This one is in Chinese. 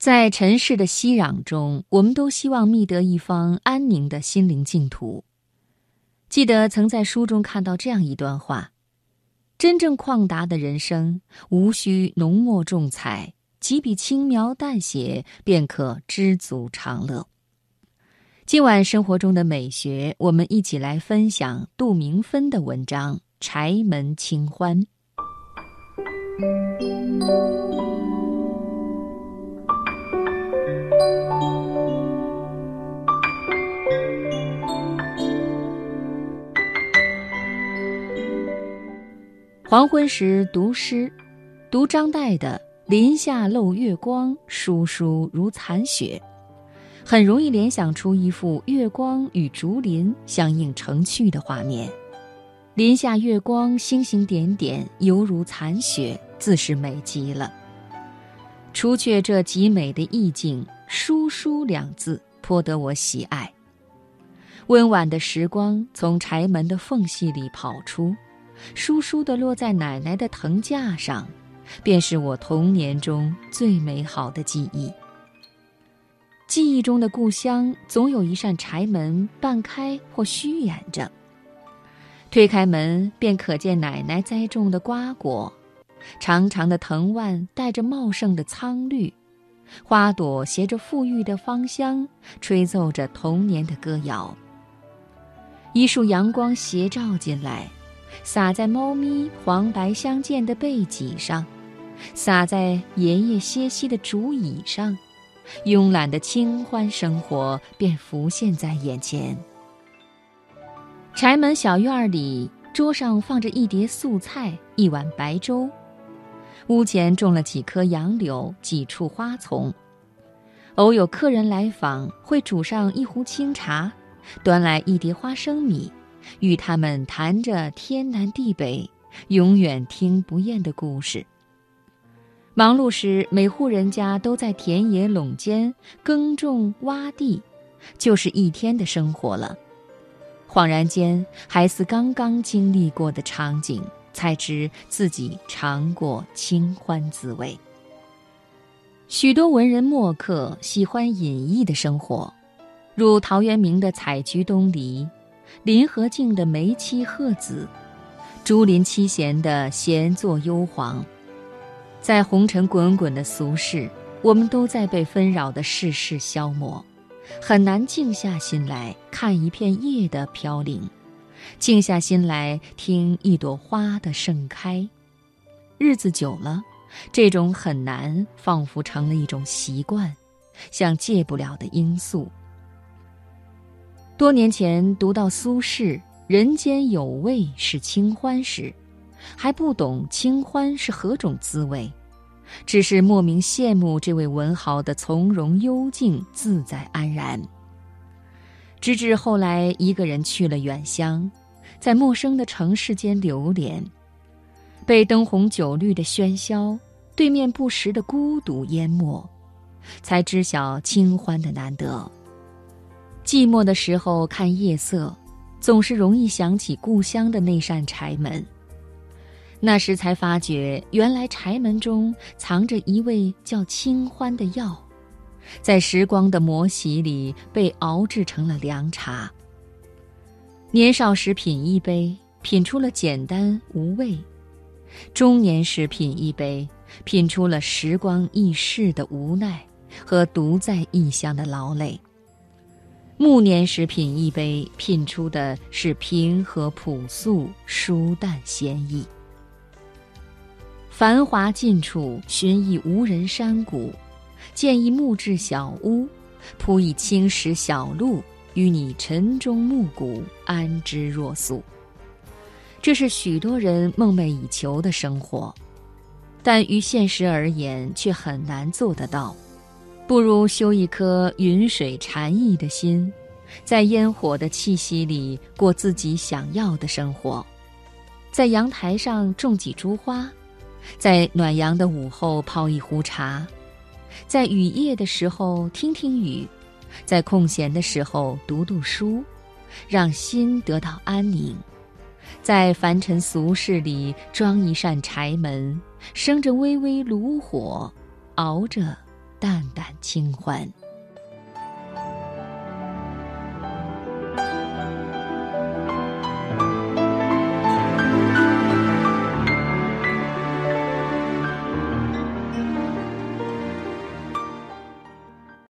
在尘世的熙攘中，我们都希望觅得一方安宁的心灵净土。记得曾在书中看到这样一段话：真正旷达的人生，无需浓墨重彩，几笔轻描淡写便可知足常乐。今晚生活中的美学，我们一起来分享杜明芬的文章《柴门清欢》。黄昏时读诗，读张岱的“林下漏月光，疏疏如残雪”，很容易联想出一幅月光与竹林相映成趣的画面。林下月光，星星点点，犹如残雪，自是美极了。除却这极美的意境，疏疏两字颇得我喜爱。温婉的时光从柴门的缝隙里跑出，疏疏地落在奶奶的藤架上，便是我童年中最美好的记忆。记忆中的故乡总有一扇柴门半开或虚掩着，推开门便可见奶奶栽种的瓜果，长长的藤蔓带着茂盛的苍绿，花朵携着馥郁的芳香，吹奏着童年的歌谣。一束阳光斜照进来，洒在猫咪黄白相间的背脊上，洒在爷爷歇息的竹椅上，慵懒的清欢生活便浮现在眼前。柴门小院里，桌上放着一碟素菜，一碗白粥。屋前种了几棵杨柳，几处花丛。偶有客人来访，会煮上一壶清茶，端来一碟花生米，与他们谈着天南地北，永远听不厌的故事。忙碌时，每户人家都在田野垄间耕种挖地，就是一天的生活了。恍然间，还似刚刚经历过的场景，才知自己尝过清欢滋味。许多文人墨客喜欢隐逸的生活，如陶渊明的采菊东篱，林和靖的梅妻鹤子，竹林七贤的闲坐幽篁。在红尘滚滚的俗世，我们都在被纷扰的世事消磨，很难静下心来看一片叶的飘零，静下心来听一朵花的盛开。日子久了，这种很难仿佛成了一种习惯，像戒不了的罂粟。多年前读到苏轼“人间有味是清欢”时，还不懂清欢是何种滋味，只是莫名羡慕这位文豪的从容幽静，自在安然。直至后来一个人去了远乡，在陌生的城市间流连，被灯红酒绿的喧嚣，对面不时的孤独淹没，才知晓清欢的难得。寂寞的时候看夜色，总是容易想起故乡的那扇柴门。那时才发觉，原来柴门中藏着一味叫清欢的药，在时光的磨洗里被熬制成了凉茶。年少时品一杯，品出了简单无味；中年时品一杯，品出了时光易逝的无奈和独在异乡的劳累；暮年时品一杯，品出的是平和朴素、舒淡闲逸。繁华尽处，寻一无人山谷，建一木质小屋，铺一青石小路，与你晨钟暮鼓，安之若素。这是许多人梦寐以求的生活，但于现实而言却很难做得到。不如修一颗云水禅意的心，在烟火的气息里过自己想要的生活，在阳台上种几株花，在暖阳的午后泡一壶茶，在雨夜的时候听听雨，在空闲的时候读读书，让心得到安宁。在凡尘俗世里装一扇柴门，生着微微炉火，熬着淡淡清欢。